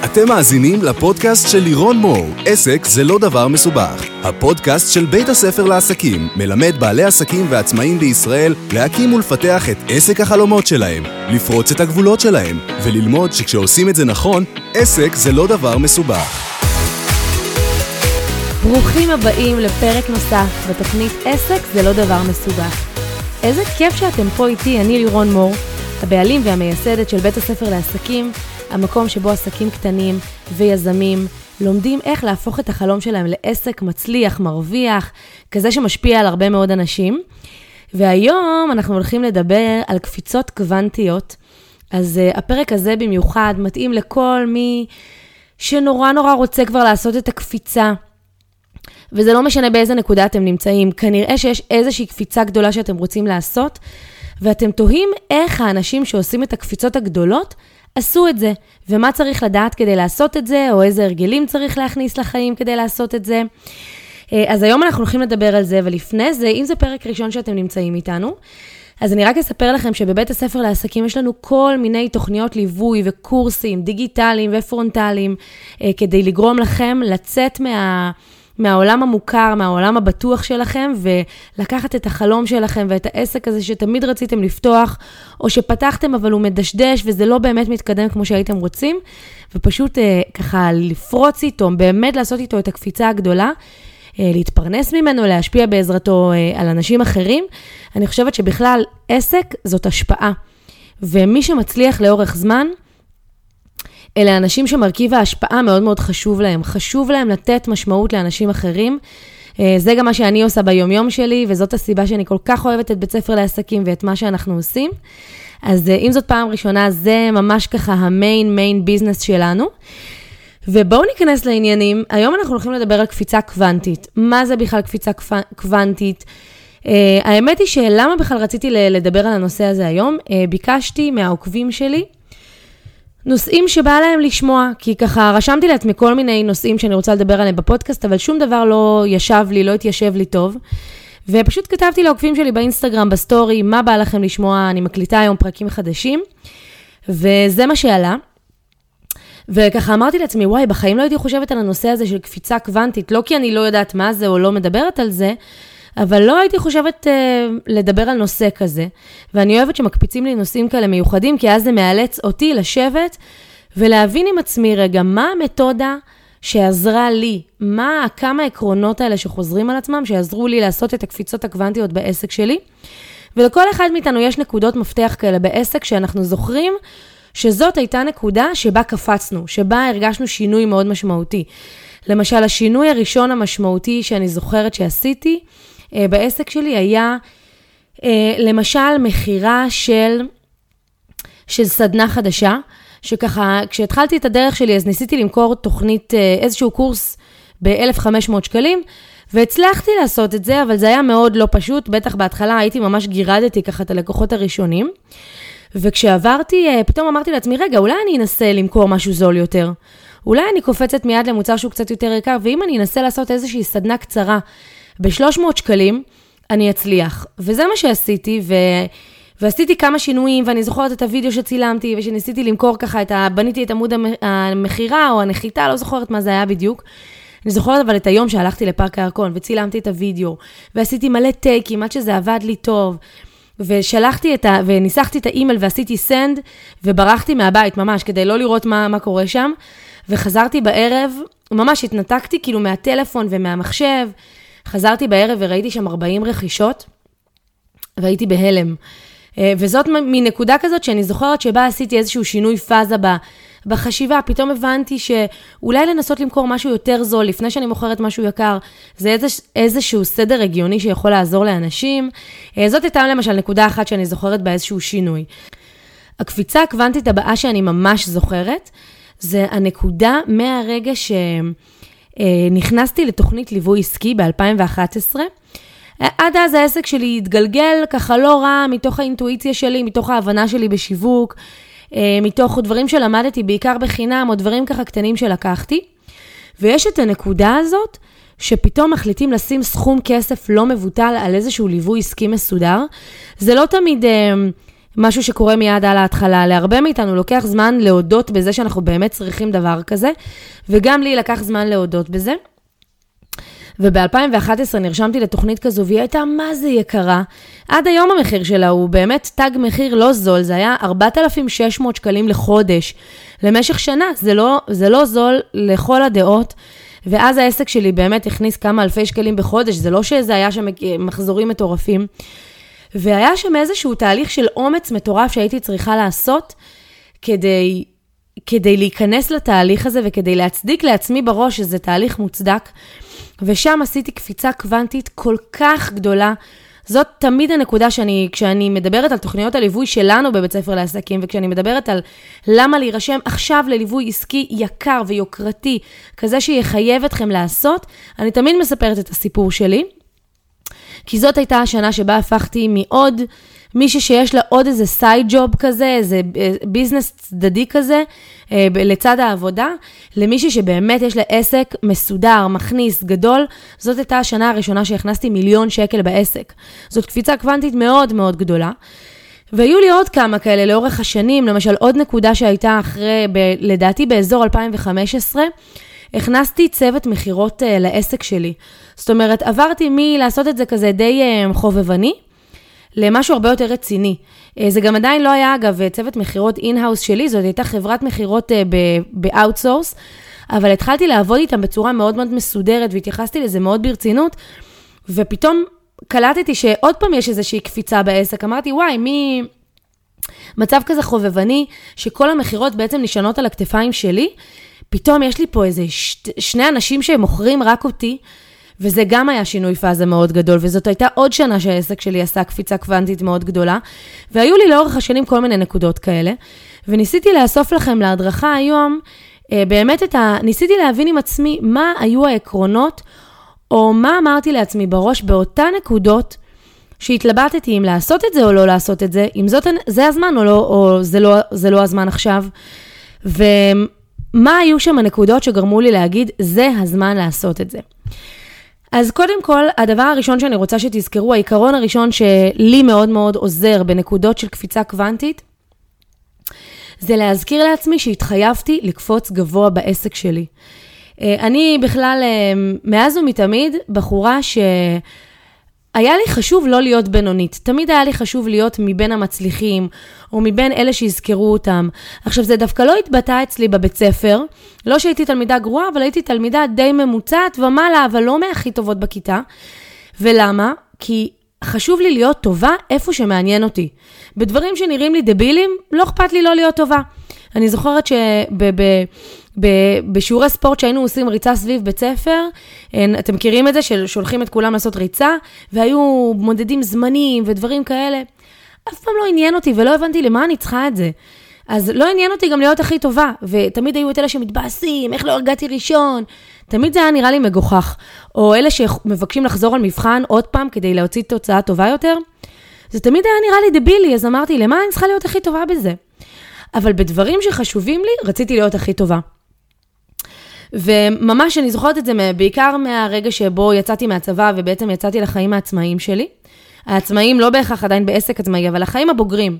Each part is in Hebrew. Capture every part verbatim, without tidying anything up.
אתם מאזינים לפודקאסט של לירון מור, עסק זה לא דבר מסובך. הפודקאסט של בית הספר לעסקים מלמד בעלי עסקים ועצמאים בישראל להקים ולפתח את עסק החלומות שלהם, לפרוץ את הגבולות שלהם, וללמוד שכשעושים את זה נכון, עסק זה לא דבר מסובך. ברוכים הבאים לפרק נוסף בתוכנית עסק זה לא דבר מסובך. איזה כיף שאתם פה איתי, אני לירון מור, הבעלים והמייסדת של בית הספר לעסקים, המקום שבו עסקים קטנים ויזמים לומדים איך להפוך את החלום שלהם לעסק מצליח, מרוויח, כזה שמשפיע על הרבה מאוד אנשים. והיום אנחנו הולכים לדבר על קפיצות קוונטיות. אז uh, הפרק הזה במיוחד מתאים לכל מי שנורא נורא רוצה כבר לעשות את הקפיצה. וזה לא משנה באיזה נקודה אתם נמצאים. כנראה שיש איזושהי קפיצה גדולה שאתם רוצים לעשות, ואתם תוהים איך האנשים שעושים את הקפיצות הגדולות עשו את זה, ומה צריך לדעת כדי לעשות את זה, או איזה הרגלים צריך להכניס לחיים כדי לעשות את זה. אז היום אנחנו הולכים לדבר על זה, ולפני זה, אם זה פרק ראשון שאתם נמצאים איתנו, אז אני רק אספר לכם שבבית הספר לעסקים יש לנו כל מיני תוכניות ליווי וקורסים דיגיטליים ופרונטליים, כדי לגרום לכם לצאת מה... מהעולם המוכר, מהעולם הבטוח שלכם, ולקחת את החלום שלכם ואת העסק הזה שתמיד רציתם לפתוח, או שפתחתם אבל הוא מדשדש וזה לא באמת מתקדם כמו שהייתם רוצים, ופשוט אה, ככה לפרוץ איתו, באמת לעשות איתו את הקפיצה הגדולה, אה, להתפרנס ממנו, להשפיע בעזרתו אה, על אנשים אחרים. אני חושבת שבכלל עסק זאת השפעה, ומי שמצליח לאורך זמן, אלה אנשים שמרכיב ההשפעה מאוד מאוד חשוב להם. חשוב להם לתת משמעות לאנשים אחרים. זה גם מה שאני עושה ביום-יום שלי, וזאת הסיבה שאני כל כך אוהבת את בית ספר לעסקים ואת מה שאנחנו עושים. אז אם זאת פעם ראשונה, זה ממש ככה המיין מיין ביזנס שלנו. ובואו ניכנס לעניינים. היום אנחנו הולכים לדבר על קפיצה קוונטית. מה זה בכלל קפיצה קוונטית? האמת היא שלמה בכלל רציתי לדבר על הנושא הזה היום? ביקשתי מהעוקבים שלי, נושאים שבא להם לשמוע, כי ככה רשמתי לעצמי כל מיני נושאים שאני רוצה לדבר עליהם בפודקאסט, אבל שום דבר לא ישב לי, לא התיישב לי טוב. ופשוט כתבתי לעוקבים שלי באינסטגרם, בסטורי, מה בא לכם לשמוע, אני מקליטה היום פרקים חדשים, וזה מה שעלה. וככה אמרתי לעצמי, וואי, בחיים לא הייתי חושבת על הנושא הזה של קפיצה קוונטית, לא כי אני לא יודעת מה זה או לא מדברת על זה, אבל לא הייתי חושבת uh, לדבר על נושא כזה, ואני אוהבת שמקפיצים לי נושאים כאלה מיוחדים, כי אז זה מאלץ אותי לשבת ולהבין עם עצמי רגע, מה המתודה שעזרה לי, מה, כמה עקרונות האלה שחוזרים על עצמם, שעזרו לי לעשות את הקפיצות הקוונטיות בעסק שלי, ולכל אחד מאיתנו יש נקודות מפתח כאלה בעסק, שאנחנו זוכרים שזאת הייתה נקודה שבה קפצנו, שבה הרגשנו שינוי מאוד משמעותי. למשל, השינוי הראשון המשמעותי שאני זוכרת שעשיתי, בעסק שלי היה, למשל, מחירה של, של סדנה חדשה, שככה, כשהתחלתי את הדרך שלי, אז ניסיתי למכור תוכנית, איזשהו קורס ב-אלף וחמש מאות שקלים, והצלחתי לעשות את זה, אבל זה היה מאוד לא פשוט, בטח בהתחלה הייתי ממש גירדתי ככה את הלקוחות הראשונים, וכשעברתי, פתאום אמרתי לעצמי, רגע, אולי אני אנסה למכור משהו זול יותר, אולי אני קופצת מיד למוצר שהוא קצת יותר יקר, ואם אני אנסה לעשות איזושהי סדנה קצרה, ב-שלוש מאות שקלים, אני אצליח. וזה מה שעשיתי, ו... ועשיתי כמה שינויים, ואני זוכרת את הוידאו שצילמתי, ושניסיתי למכור ככה את ה... בניתי את עמוד המחירה, או הנחיתה, לא זוכרת מה זה היה בדיוק. אני זוכרת אבל את היום שהלכתי לפארק הירקון, וצילמתי את הוידאו, ועשיתי מלא טייקים, עד שזה עבד לי טוב, ושלחתי את ה... וניסחתי את האימייל, ועשיתי סנד, וברחתי מהבית ממש, כדי לא לראות מה, מה קורה שם, וחזרתי בערב, ממש התנתקתי כאילו מהטלפון ומהמחשב, חזרתי בערב וראיתי שם ארבעים רכישות, והייתי בהלם. וזאת מנקודה כזאת שאני זוכרת שבה עשיתי איזשהו שינוי פאזה בחשיבה, פתאום הבנתי שאולי לנסות למכור משהו יותר זול, לפני שאני מוכרת משהו יקר, זה איזשהו סדר הגיוני שיכול לעזור לאנשים. זאת הייתה למשל נקודה אחת שאני זוכרת באיזשהו שינוי. הקפיצה הקוונטית הבאה שאני ממש זוכרת, זה הנקודה מהרגע ש... נכנסתי לתוכנית ליווי עסקי ב-אלפיים ואחת עשרה. עד אז העסק שלי התגלגל ככה לא רע, מתוך האינטואיציה שלי, מתוך ההבנה שלי בשיווק, מתוך דברים שלמדתי בעיקר בחינם, או דברים ככה קטנים שלקחתי. ויש את הנקודה הזאת, שפתאום מחליטים לשים סכום כסף לא מבוטל על איזשהו ליווי עסקי מסודר. זה לא תמיד משהו שקורה מיד על ההתחלה. להרבה מאיתנו לוקח זמן להודות בזה שאנחנו באמת צריכים דבר כזה, וגם לי לקח זמן להודות בזה. וב-אלפיים ואחת עשרה נרשמתי לתוכנית כזו, והיא הייתה מה זה יקרה. עד היום המחיר שלה הוא באמת תג מחיר לא זול, זה היה ארבעת אלפים ושש מאות שקלים לחודש, למשך שנה, זה לא, זה לא זול לכל הדעות, ואז העסק שלי באמת הכניס כמה אלפי שקלים בחודש, זה לא שזה היה שם מחזורים מטורפים, והיה שם איזשהו תהליך של אומץ מטורף שהייתי צריכה לעשות, כדי, כדי להיכנס לתהליך הזה, וכדי להצדיק לעצמי בראש שזה תהליך מוצדק, ושם עשיתי קפיצה קוונטית כל כך גדולה. זאת תמיד הנקודה שאני, כשאני מדברת על תוכניות הליווי שלנו בבית ספר לעסקים, וכשאני מדברת על למה להירשם עכשיו לליווי עסקי יקר ויוקרתי, כזה שיחייב אתכם לעשות, אני תמיד מספרת את הסיפור שלי, כי זאת הייתה השנה שבה הפכתי מעוד מישהו שיש לה עוד איזה סייד ג'וב כזה, איזה ביזנס צדדי כזה, לצד העבודה, למישהו שבאמת יש לה עסק מסודר, מכניס, גדול. זאת הייתה השנה הראשונה שהכנסתי מיליון שקל בעסק. זאת קפיצה קוונטית מאוד מאוד גדולה. והיו לי עוד כמה כאלה לאורך השנים, למשל עוד נקודה שהייתה אחרי, ב- לדעתי באזור אלפיים וחמש עשרה, הכנסתי צוות מחירות uh, לעסק שלי. זאת אומרת, עברתי מלעשות את זה כזה די uh, חובבני, למשהו הרבה יותר רציני. זה גם עדיין לא היה, אגב, צוות מחירות אין-האוס שלי, זאת הייתה חברת מחירות באוטסורס, אבל התחלתי לעבוד איתם בצורה מאוד מאוד מסודרת, והתייחסתי לזה מאוד ברצינות, ופתאום קלטתי שעוד פעם יש איזושהי קפיצה בעסק, אמרתי, וואי, מי... מצב כזה חובבני, שכל המחירות בעצם נשענות על הכתפיים שלי, פתאום יש לי פה איזה ש... שני אנשים שמוכרים רק אותי, וזה גם היה שינוי פאזה מאוד גדול, וזאת הייתה עוד שנה שהעסק שלי עשה קפיצה קוונטית מאוד גדולה, והיו לי לאורך השנים כל מיני נקודות כאלה, וניסיתי לאסוף לכם להדרכה היום, באמת את ה... ניסיתי להבין עם עצמי מה היו העקרונות, או מה אמרתי לעצמי בראש באותה נקודות, שהתלבטתי אם לעשות את זה או לא לעשות את זה, אם זאת, זה הזמן או, לא, או זה, לא, זה לא הזמן עכשיו, ומה היו שם הנקודות שגרמו לי להגיד, זה הזמן לעשות את זה. אז קודם כל, הדבר הראשון שאני רוצה שתזכרו, העיקרון הראשון שלי מאוד מאוד עוזר בנקודות של קפיצה קוונטית, זה להזכיר לעצמי שהתחייבתי לקפוץ גבוה בעסק שלי. אני בכלל, מאז ומתמיד, בחורה שהיה לי חשוב לא להיות בינונית. תמיד היה לי חשוב להיות מבין המצליחים, או מבין אלה שיזכרו אותם. עכשיו, זה דווקא לא התבטא אצלי בבית ספר, לא שהייתי תלמידה גרועה, אבל הייתי תלמידה די ממוצעת ומעלה, אבל לא מהכי טובות בכיתה. ולמה? כי חשוב לי להיות טובה איפה שמעניין אותי. בדברים שנראים לי דבילים, לא אכפת לי לא להיות טובה. אני זוכרת שבשיעורי ספורט שהיינו עושים ריצה סביב בית ספר, אתם מכירים את זה ששולחים את כולם לעשות ריצה, והיו מודדים זמנים ודברים כאלה. אף פעם לא עניין אותי ולא הבנתי למה אני צריכה את זה. אז לא עניין אותי גם להיות הכי טובה, ותמיד היו את אלה שמתבאסים, איך לא הרגעתי ראשון, תמיד זה היה נראה לי מגוחך, או אלה שמבקשים לחזור על מבחן עוד פעם כדי להוציא תוצאה טובה יותר, זה תמיד היה נראה לי דבילי, אז אמרתי, למה אני צריכה להיות הכי טובה בזה? אבל בדברים שחשובים לי, רציתי להיות הכי טובה. וממש אני זוכרת את זה בעיקר מהרגע שבו יצאתי מהצבא, ובעצם יצאתי לחיים העצמאיים שלי. העצמאיים לא בהכרח עדיין בעסק עצמאי, אבל החיים הבוגרים.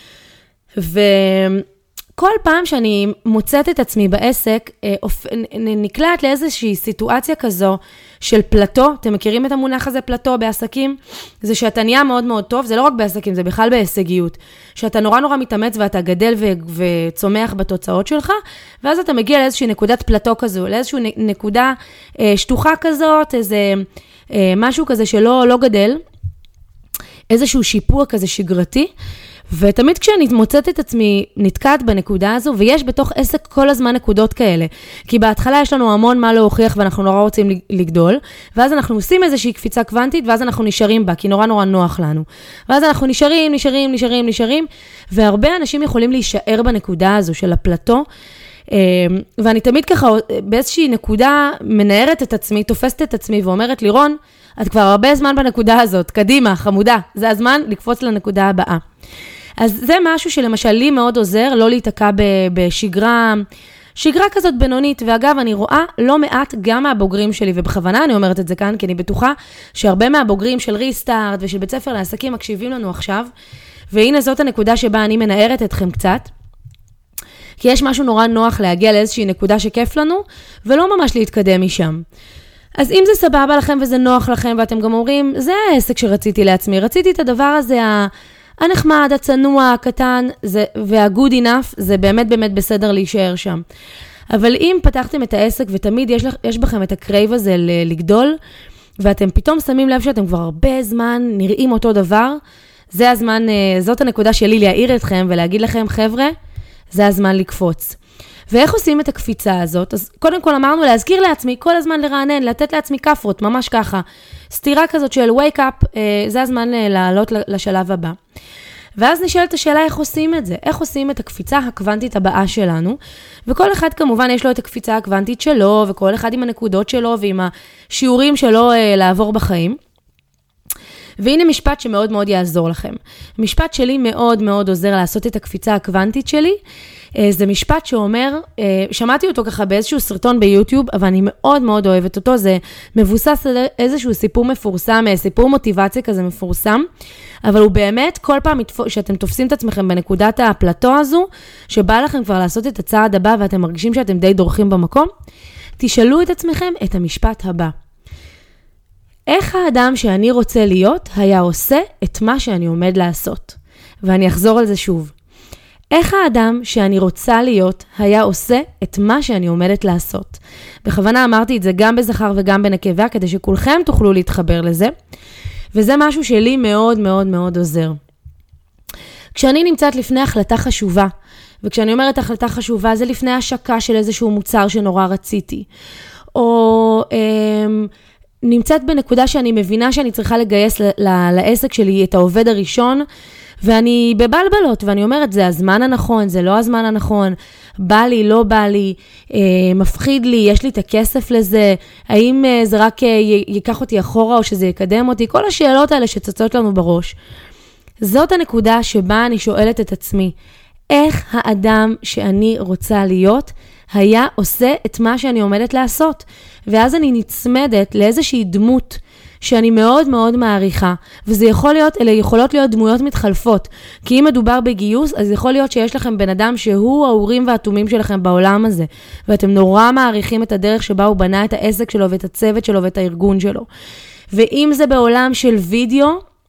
וכל פעם שאני מוצאת את עצמי בעסק, נקלעת לאיזושהי סיטואציה כזו של פלטו, אתם מכירים את המונח הזה פלטו בעסקים? זה שאתה נהיה מאוד מאוד טוב, זה לא רק בעסקים, זה בכלל בהישגיות. שאתה נורא נורא מתאמץ ואתה גדל ו- וצומח בתוצאות שלך, ואז אתה מגיע לאיזושהי נקודת פלטו כזו, לאיזושהי נקודה אה, שטוחה כזאת, איזה אה, משהו כזה שלא לא גדל, איזשהו שיפוע כזה שגרתי, ותמיד כשאני מוצאת את עצמי נתקעת בנקודה הזו, ויש בתוך עסק כל הזמן נקודות כאלה, כי בהתחלה יש לנו המון מה להוכיח, ואנחנו נורא רוצים לגדול, ואז אנחנו עושים איזושהי קפיצה קוונטית, ואז אנחנו נשארים בה, כי נורא נורא נוח לנו. ואז אנחנו נשארים, נשארים, נשארים, נשארים, והרבה אנשים יכולים להישאר בנקודה הזו של הפלטו, ואני תמיד ככה באיזושהי נקודה מנערת את עצמי, תופסת את עצמי ואומרת, לירון, את כבר הרבה זמן בנקודה הזאת, קדימה, חמודה, זה הזמן לקפוץ לנקודה הבאה. אז זה משהו שלמשל לי מאוד עוזר, לא להתעקע בשגרה, שגרה כזאת בינונית, ואגב אני רואה לא מעט גם מהבוגרים שלי, ובכוונה אני אומרת את זה כאן, כי אני בטוחה שהרבה מהבוגרים של ריסטארט ושל בית ספר לעסקים מקשיבים לנו עכשיו, והנה זאת הנקודה שבה אני מנערת אתכם קצת, כי יש משהו נורא נוח להגיע לאיזושהי נקודה שכיף לנו, ולא ממש להתקדם משם. אז אם זה סבבה לכם וזה נוח לכם, ואתם גם אומרים, זה העסק שרציתי לעצמי, רציתי את הדבר הזה, הנחמד, הצנוע, הקטן, זה, וה-good enough, זה באמת באמת בסדר להישאר שם. אבל אם פתחתם את העסק, ותמיד יש, לך, יש בכם את הקרייב הזה לגדול, ואתם פתאום שמים לב שאתם כבר הרבה זמן נראים אותו דבר, זה הזמן, זאת הנקודה שלי להעיר אתכם ולהגיד לכם, חבר'ה, זה הזמן לקפוץ. ואיך עושים את הקפיצה הזאת? אז קודם כל אמרנו להזכיר לעצמי, כל הזמן לרענן, לתת לעצמי כפרות, ממש ככה. סתירה כזאת של wake up, זה הזמן לעלות לשלב הבא. ואז נשאלת השאלה איך עושים את זה, איך עושים את הקפיצה הקוונטית הבאה שלנו, וכל אחד כמובן יש לו את הקפיצה הקוונטית שלו, וכל אחד עם הנקודות שלו ועם השיעורים שלו לעבור בחיים. והנה משפט שמאוד מאוד יעזור לכם. משפט שלי מאוד מאוד עוזר לעשות את הקפיצה הקוונטית שלי, זה משפט שאומר, שמעתי אותו ככה באיזשהו סרטון ביוטיוב, אבל אני מאוד מאוד אוהבת אותו, זה מבוסס על איזשהו סיפור מפורסם, סיפור מוטיבציה כזה מפורסם, אבל הוא באמת, כל פעם שאתם תופסים את עצמכם בנקודת הפלטו הזו, שבא לכם כבר לעשות את הצעד הבא, ואתם מרגישים שאתם די דורכים במקום, תשאלו את עצמכם את המשפט הבא. איך האדם שאני רוצה להיות, היה עושה את מה שאני עומד לעשות? ואני אחזור על זה שוב. איך האדם שאני רוצה להיות, היה עושה את מה שאני עומדת לעשות? בכוונה אמרתי את זה גם בזכר וגם בנקבה, כדי שכולכם תוכלו להתחבר לזה, וזה משהו שלי מאוד מאוד מאוד עוזר. כשאני נמצאת לפני החלטה חשובה, וכשאני אומרת החלטה חשובה, זה לפני השקה של איזשהו מוצר שנורא רציתי, או אמ, נמצאת בנקודה שאני מבינה שאני צריכה לגייס ל- ל- לעסק שלי את העובד הראשון, ואני בבלבלות, ואני אומרת, זה הזמן הנכון, זה לא הזמן הנכון, בא לי, לא בא לי, אה, מפחיד לי, יש לי את הכסף לזה, האם אה, זה רק אה, ייקח אותי אחורה או שזה יקדם אותי, כל השאלות האלה שצצות לנו בראש. זאת הנקודה שבה אני שואלת את עצמי, איך האדם שאני רוצה להיות, היה עושה את מה שאני עומדת לעשות. ואז אני נצמדת לאיזושהי דמות שאני מאוד מאוד מעריכה, וזה יכול להיות, אלה יכולות להיות דמויות מתחלפות, כי אם מדובר בגיוס, אז יכול להיות שיש לכם בן אדם שהוא האורים והתומים שלכם בעולם הזה, ואתם נורא מעריכים את הדרך שבה הוא בנה את העסק שלו, ואת הצוות שלו, ואת הארגון שלו. ואם זה בעולם של וידאו,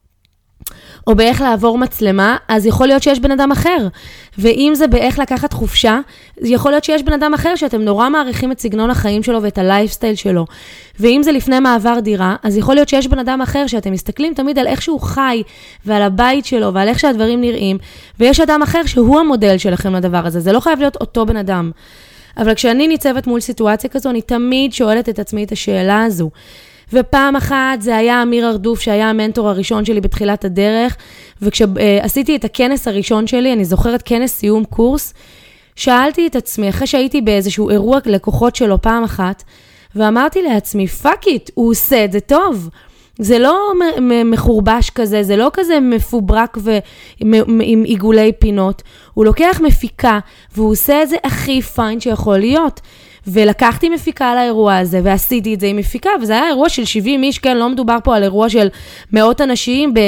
או באיך לעבור מצלמה, אז יכול להיות שיש בן אדם אחר. ואם זה באיך לקחת חופשה, יכול להיות שיש בן אדם אחר שאתם נורא מעריכים את סגנון החיים שלו ואת הלייפסטייל שלו. ואם זה לפני מעבר דירה, אז יכול להיות שיש בן אדם אחר שאתם מסתכלים תמיד על איך שהוא חי ועל הבית שלו ועל איך שהדברים נראים, ויש אדם אחר שהוא המודל שלכם לדבר הזה. זה לא חייב להיות אותו בן אדם. אבל כשאני ניצבת מול סיטואציה כזו, אני תמיד שואלת את עצמי את השאלה הזו. ופעם אחת זה היה אמיר ארדוף, שהיה המנטור הראשון שלי בתחילת הדרך, וכשעשיתי את הכנס הראשון שלי, אני זוכרת כנס סיום קורס, שאלתי את עצמי, אחרי שהייתי באיזשהו אירוע לקוחות שלו פעם אחת, ואמרתי לעצמי, פאק איט, הוא עושה את זה טוב. זה לא מחורבש כזה, זה לא כזה מפוברק ועם עיגולי פינות. הוא לוקח מפיקה, והוא עושה את זה הכי פיין שיכול להיות. ולקחתי מפיקה על האירוע הזה, ועשיתי את זה עם מפיקה, וזה היה אירוע של שבעים איש, כן, לא מדובר פה על אירוע של מאות אנשים, ב...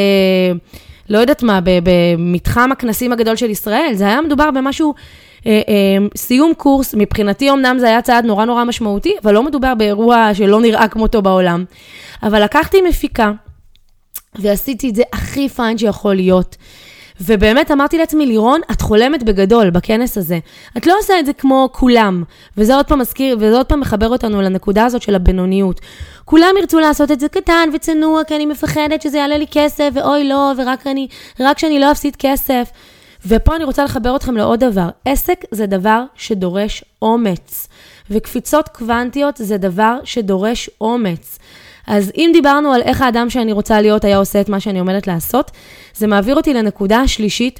לא יודעת מה, במתחם הכנסים הגדול של ישראל, זה היה מדובר במשהו, אה, אה, סיום קורס, מבחינתי אמנם זה היה צעד נורא נורא משמעותי, אבל לא מדובר באירוע שלא נראה כמותו בעולם. אבל לקחתי מפיקה, ועשיתי את זה הכי פיין שיכול להיות, ובאמת אמרתי לעצמי, לירון, את חולמת בגדול בכנס הזה. את לא עושה את זה כמו כולם. וזה עוד פעם מזכיר, וזה עוד פעם מחבר אותנו לנקודה הזאת של הבינוניות. כולם ירצו לעשות את זה קטן וצנוע, כי אני מפחדת שזה יעלה לי כסף, ואוי לא, ורק אני, רק שאני לא אפסיד כסף. ופה אני רוצה לחבר אתכם לעוד דבר. עסק זה דבר שדורש אומץ. וקפיצות קוונטיות זה דבר שדורש אומץ. אז אם דיברנו על איך האדם שאני רוצה להיות היה עושה את מה שאני עומדת לעשות, זה מעביר אותי לנקודה השלישית,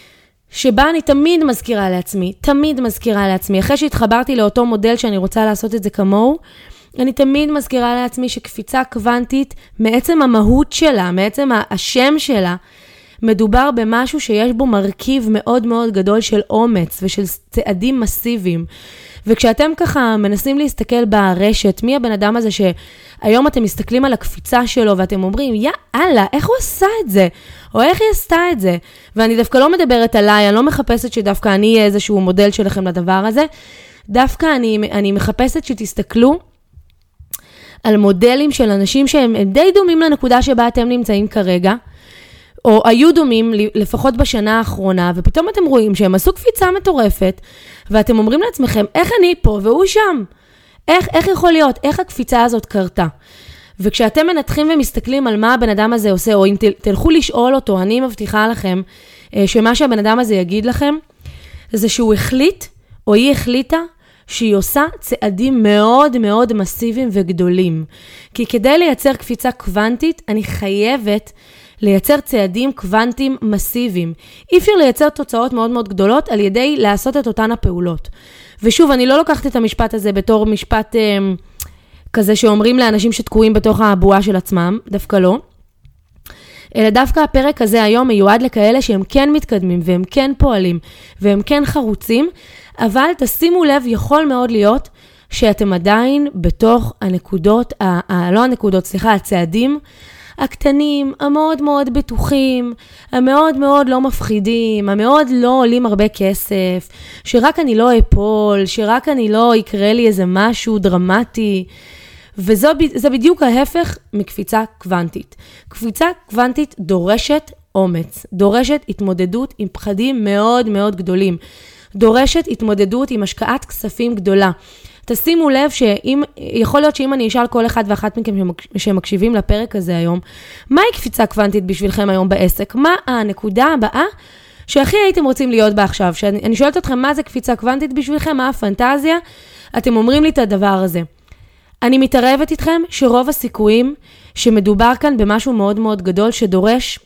שבה אני תמיד מזכירה לעצמי, תמיד מזכירה לעצמי, אחרי שהתחברתי לאותו מודל שאני רוצה לעשות את זה כמוהו, אני תמיד מזכירה לעצמי שקפיצה קוונטית, מעצם המהות שלה, מעצם השם שלה, מדובר במשהו שיש בו מרכיב מאוד מאוד גדול של אומץ ושל צעדים מסיביים. וכשאתם ככה מנסים להסתכל ברשת, מי הבן אדם הזה שהיום אתם מסתכלים על הקפיצה שלו ואתם אומרים, יא אללה, איך הוא עשה את זה? או איך היא עשתה את זה? ואני דווקא לא מדברת עליי, אני לא מחפשת שדווקא אני אהיה איזשהו מודל שלכם לדבר הזה. דווקא אני, אני מחפשת שתסתכלו על מודלים של אנשים שהם די דומים לנקודה שבה אתם נמצאים כרגע, או היו דומים לפחות בשנה האחרונה, ופתאום אתם רואים שהם עשו קפיצה מטורפת, ואתם אומרים לעצמכם, איך אני פה והוא שם? איך, איך יכול להיות? איך הקפיצה הזאת קרתה? וכשאתם מנתחים ומסתכלים על מה הבן אדם הזה עושה, או אם תלכו לשאול אותו, אני מבטיחה לכם, שמה שהבן אדם הזה יגיד לכם, זה שהוא החליט, או היא החליטה, שהיא עושה צעדים מאוד מאוד מסיביים וגדולים. כי כדי לייצר קפיצה קוונטית, אני חייבת לייצר צעדים קוונטיים מסיביים. אי אפשר לייצר תוצאות מאוד מאוד גדולות על ידי לעשות את אותן הפעולות. ושוב, אני לא לוקחת את המשפט הזה בתור משפט אה, כזה שאומרים לאנשים שתקועים בתוך הבועה של עצמם, דווקא לא. אלא דווקא הפרק הזה היום מיועד לכאלה שהם כן מתקדמים והם כן פועלים והם כן חרוצים, אבל תשימו לב, יכול מאוד להיות שאתם עדיין בתוך הנקודות, ה- ה- לא הנקודות, סליחה, הצעדים הקטנים, המאוד מאוד בטוחים, המאוד מאוד לא מפחידים, המאוד לא עולים הרבה כסף, שרק אני לא אפול, שרק אני לא יקרה לי איזה משהו דרמטי, וזה בדיוק ההפך מקפיצה קוונטית. קפיצה קוונטית דורשת אומץ, דורשת התמודדות עם פחדים מאוד מאוד גדולים, דורשת התמודדות עם השקעת כספים גדולה. תשימו לב שאם, יכול להיות שאם אני אשאל כל אחד ואחת מכם שמקשיבים לפרק הזה היום, מהי קפיצה קוונטית בשבילכם היום בעסק? מה הנקודה הבאה שהכי הייתם רוצים להיות בה עכשיו? שאני שואלת אתכם מה זה קפיצה קוונטית בשבילכם, מה הפנטזיה? אתם אומרים לי את הדבר הזה. אני מתערבת איתכם שרוב הסיכויים שמדובר כאן במשהו מאוד מאוד גדול שדורש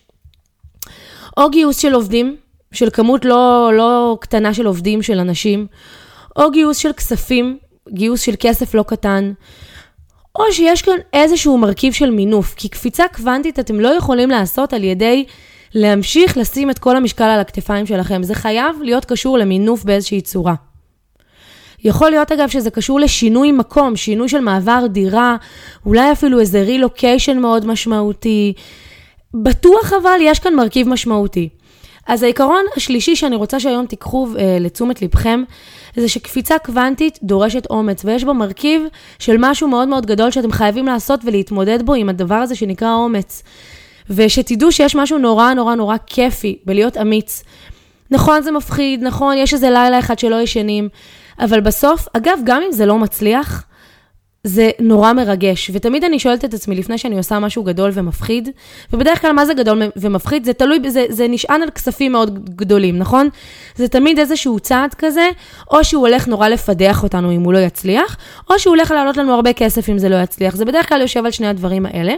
או גיוס של עובדים, של כמות לא, לא קטנה של עובדים, של אנשים, או גיוס של כספים, גיוס של כסף לא קטן, או שיש כאן איזשהו מרכיב של מינוף, כי קפיצה קוונטית אתם לא יכולים לעשות על ידי להמשיך לשים את כל המשקל על הכתפיים שלכם. זה חייב להיות קשור למינוף באיזושהי צורה. יכול להיות אגב שזה קשור לשינוי מקום, שינוי של מעבר דירה, אולי אפילו איזה רילוקיישן מאוד משמעותי. בטוח אבל יש כאן מרכיב משמעותי. אז העיקרון השלישי שאני רוצה שהיום תיקחו אה, לתשומת לבכם, זה שקפיצה קוונטית דורשת אומץ, ויש בו מרכיב של משהו מאוד מאוד גדול שאתם חייבים לעשות ולהתמודד בו עם הדבר הזה שנקרא אומץ. ושתדעו שיש משהו נורא נורא נורא כיפי בלהיות אמיץ. נכון, זה מפחיד, נכון, יש איזה לילה אחד שלא ישנים, אבל בסוף, אגב, גם אם זה לא מצליח, זה נורא מרגש, ותמיד אני שואלת את עצמי לפני שאני עושה משהו גדול ומפחיד, ובדרך כלל מה זה גדול ומפחיד? זה תלוי, זה, זה נשען על כספים מאוד גדולים, נכון? זה תמיד איזשהו צעד כזה, או שהוא הולך נורא לפדח אותנו אם הוא לא יצליח, או שהוא הולך לעלות לנו הרבה כסף אם זה לא יצליח. זה בדרך כלל יושב על שני הדברים האלה.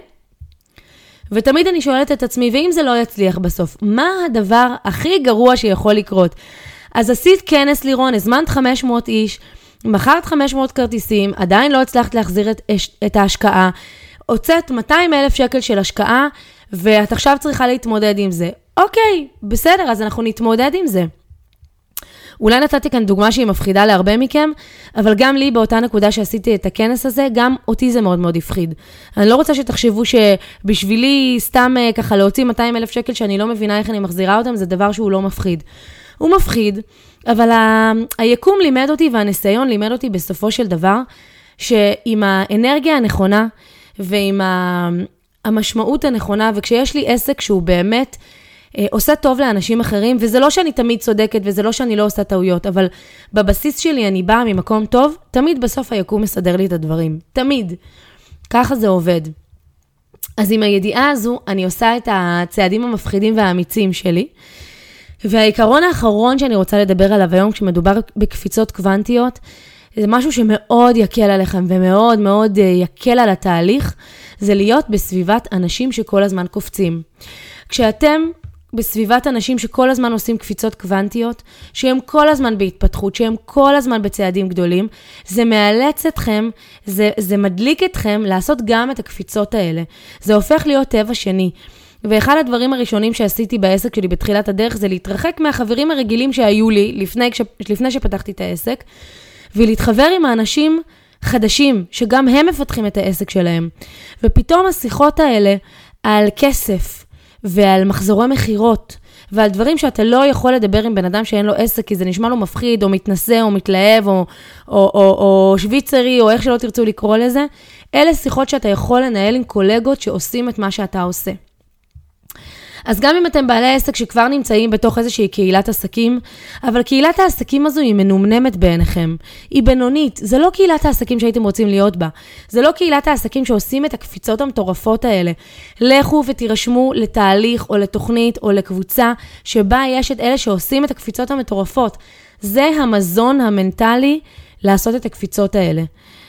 ותמיד אני שואלת את עצמי, ואם זה לא יצליח בסוף, מה הדבר הכי גרוע שיכול לקרות? אז עשית כנס לירון, הזמנת חמש מאות איש, מכרת חמש מאות כרטיסים, עדיין לא הצלחת להחזיר את, את ההשקעה, הוצאת מאתיים אלף שקל של השקעה, ואת עכשיו צריכה להתמודד עם זה. אוקיי, בסדר, אז אנחנו נתמודד עם זה. אולי נתתי כאן דוגמה שהיא מפחידה להרבה מכם, אבל גם לי באותה נקודה שעשיתי את הכנס הזה, גם אותי זה מאוד מאוד הפחיד. אני לא רוצה שתחשבו שבשבילי סתם ככה להוציא מאתיים אלף שקל שאני לא מבינה איך אני מחזירה אותם, זה דבר שהוא לא מפחיד. הוא מפחיד, אבל ה... היקום לימד אותי והניסיון לימד אותי בסופו של דבר, שעם האנרגיה הנכונה ועם ה... המשמעות הנכונה, וכשיש לי עסק שהוא באמת אה, עושה טוב לאנשים אחרים, וזה לא שאני תמיד צודקת וזה לא שאני לא עושה טעויות, אבל בבסיס שלי אני באה ממקום טוב, תמיד בסוף היקום מסדר לי את הדברים. תמיד. ככה זה עובד. אז עם הידיעה הזו אני עושה את הצעדים המפחידים והאמיצים שלי, והעיקרון האחרון שאני רוצה לדבר עליו היום, כשמדובר בקפיצות קוונטיות, זה משהו שמאוד יקל עליכם ומאוד מאוד יקל על התהליך, זה להיות בסביבת אנשים שכל הזמן קופצים. כשאתם בסביבת אנשים שכל הזמן עושים קפיצות קוונטיות, שהם כל הזמן בהתפתחות, שהם כל הזמן בצעדים גדולים, זה מאלץ אתכם, זה, זה מדליק אתכם לעשות גם את הקפיצות האלה. זה הופך להיות טבע שני. ואחד הדברים הראשונים שעשיתי בעסק שלי בתחילת הדרך, זה להתרחק מהחברים הרגילים שהיו לי לפני, לפני שפתחתי את העסק, ולהתחבר עם האנשים חדשים, שגם הם מפתחים את העסק שלהם. ופתאום השיחות האלה על כסף, ועל מחזורי מחירות, ועל דברים שאתה לא יכול לדבר עם בן אדם שאין לו עסק, כי זה נשמע לו מפחיד, או מתנשא, או מתלהב, או, או, או, או שוויצרי, או איך שלא תרצו לקרוא לזה. אלה שיחות שאתה יכול לנהל עם קולגות שעושים את מה שאתה עושה. אז גם אם אתם בעלי עסק שכבר נמצאים בתוך איזושהי קהילת עסקים, אבל קהילת העסקים הזו היא מנומנמת בעיניכם. היא בינונית. זה לא קהילת העסקים שהייתם רוצים להיות בה. זה לא קהילת העסקים שעושים את הקפיצות המטורפות האלה. לכו ותירשמו לתהליך או לתוכנית או לקבוצה שבה יש את אלה שעושים את הקפיצות המטורפות. זה המזון המנטלי לעשות את הקפיצות האלה.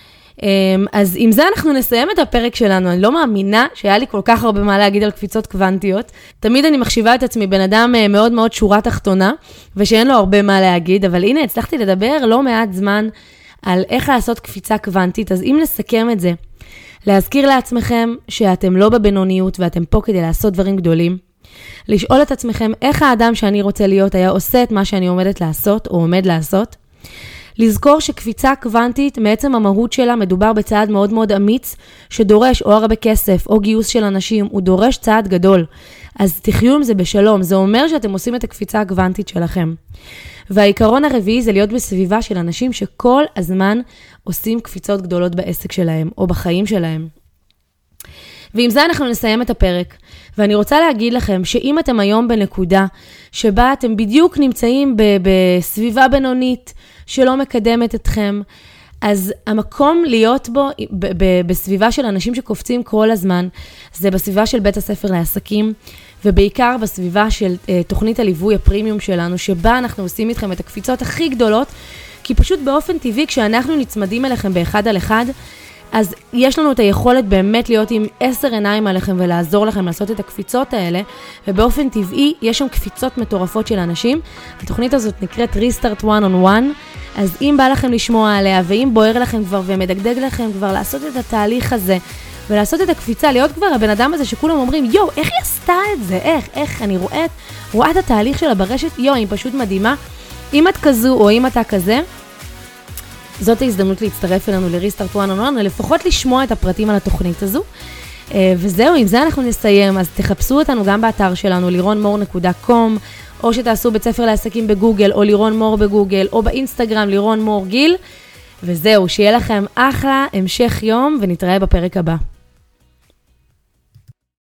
אז עם זה אנחנו נסיים את הפרק שלנו. אני לא מאמינה שהיה לי כל כך הרבה מה להגיד על קפיצות קוונטיות. תמיד אני מחשיבה את עצמי בן אדם מאוד מאוד שורה תחתונה, ושאין לו הרבה מה להגיד, אבל הנה הצלחתי לדבר לא מעט זמן על איך לעשות קפיצה קוונטית. אז אם נסכם את זה, להזכיר לעצמכם שאתם לא בבינוניות ואתם פה כדי לעשות דברים גדולים, לשאול את עצמכם איך האדם שאני רוצה להיות היה עושה את מה שאני עומדת לעשות או עומד לעשות, לזכור שקפיצה קוונטית, מעצם המהות שלה, מדובר בצעד מאוד מאוד אמיץ, שדורש או הרבה כסף או גיוס של אנשים, הוא דורש צעד גדול. אז תחיו עם זה בשלום, זה אומר שאתם עושים את הקפיצה הקוונטית שלכם. והעיקרון הרביעי זה להיות בסביבה של אנשים שכל הזמן עושים קפיצות גדולות בעסק שלהם או בחיים שלהם. ועם זה אנחנו נסיים את הפרק. ואני רוצה להגיד לכם שאם אתם היום בנקודה שבה אתם בדיוק נמצאים בסביבה בינונית שלא מקדמת אתכם, אז המקום להיות בו בסביבה של אנשים שקופצים כל הזמן, זה בסביבה של בית הספר לעסקים, ובעיקר בסביבה של תוכנית הליווי הפרימיום שלנו, שבה אנחנו עושים איתכם את הקפיצות הכי גדולות, כי פשוט באופן טבעי כשאנחנו נצמדים אליכם באחד על אחד, אז יש לנו את היכולת באמת להיות עם עשר עיניים עליכם ולעזור לכם לעשות את הקפיצות האלה, ובאופן טבעי יש שם קפיצות מטורפות של אנשים. התוכנית הזאת נקראת Restart One on One, אז אם בא לכם לשמוע עליה, ואם בוער לכם כבר ומדגדג לכם כבר לעשות את התהליך הזה, ולעשות את הקפיצה, להיות כבר הבן אדם הזה שכולם אומרים, יו, איך היא עשתה את זה? איך, איך, אני רואה, רואה את התהליך שלה ברשת, יו, היא פשוט מדהימה. אם את כזו או אם אתה כזה, זאת ההזדמנות להצטרף אלינו ל-Restart One on One, ולפחות לשמוע את הפרטים על התוכנית הזו. וזהו, עם זה אנחנו נסיים. אז תחפשו אותנו גם באתר שלנו, לירון מור נקודה קום, או שתעשו בית ספר לעסקים בגוגל, או לירון מור בגוגל, או באינסטגרם, לירון מור גיל. וזהו, שיהיה לכם אחלה המשך יום, ונתראה בפרק הבא.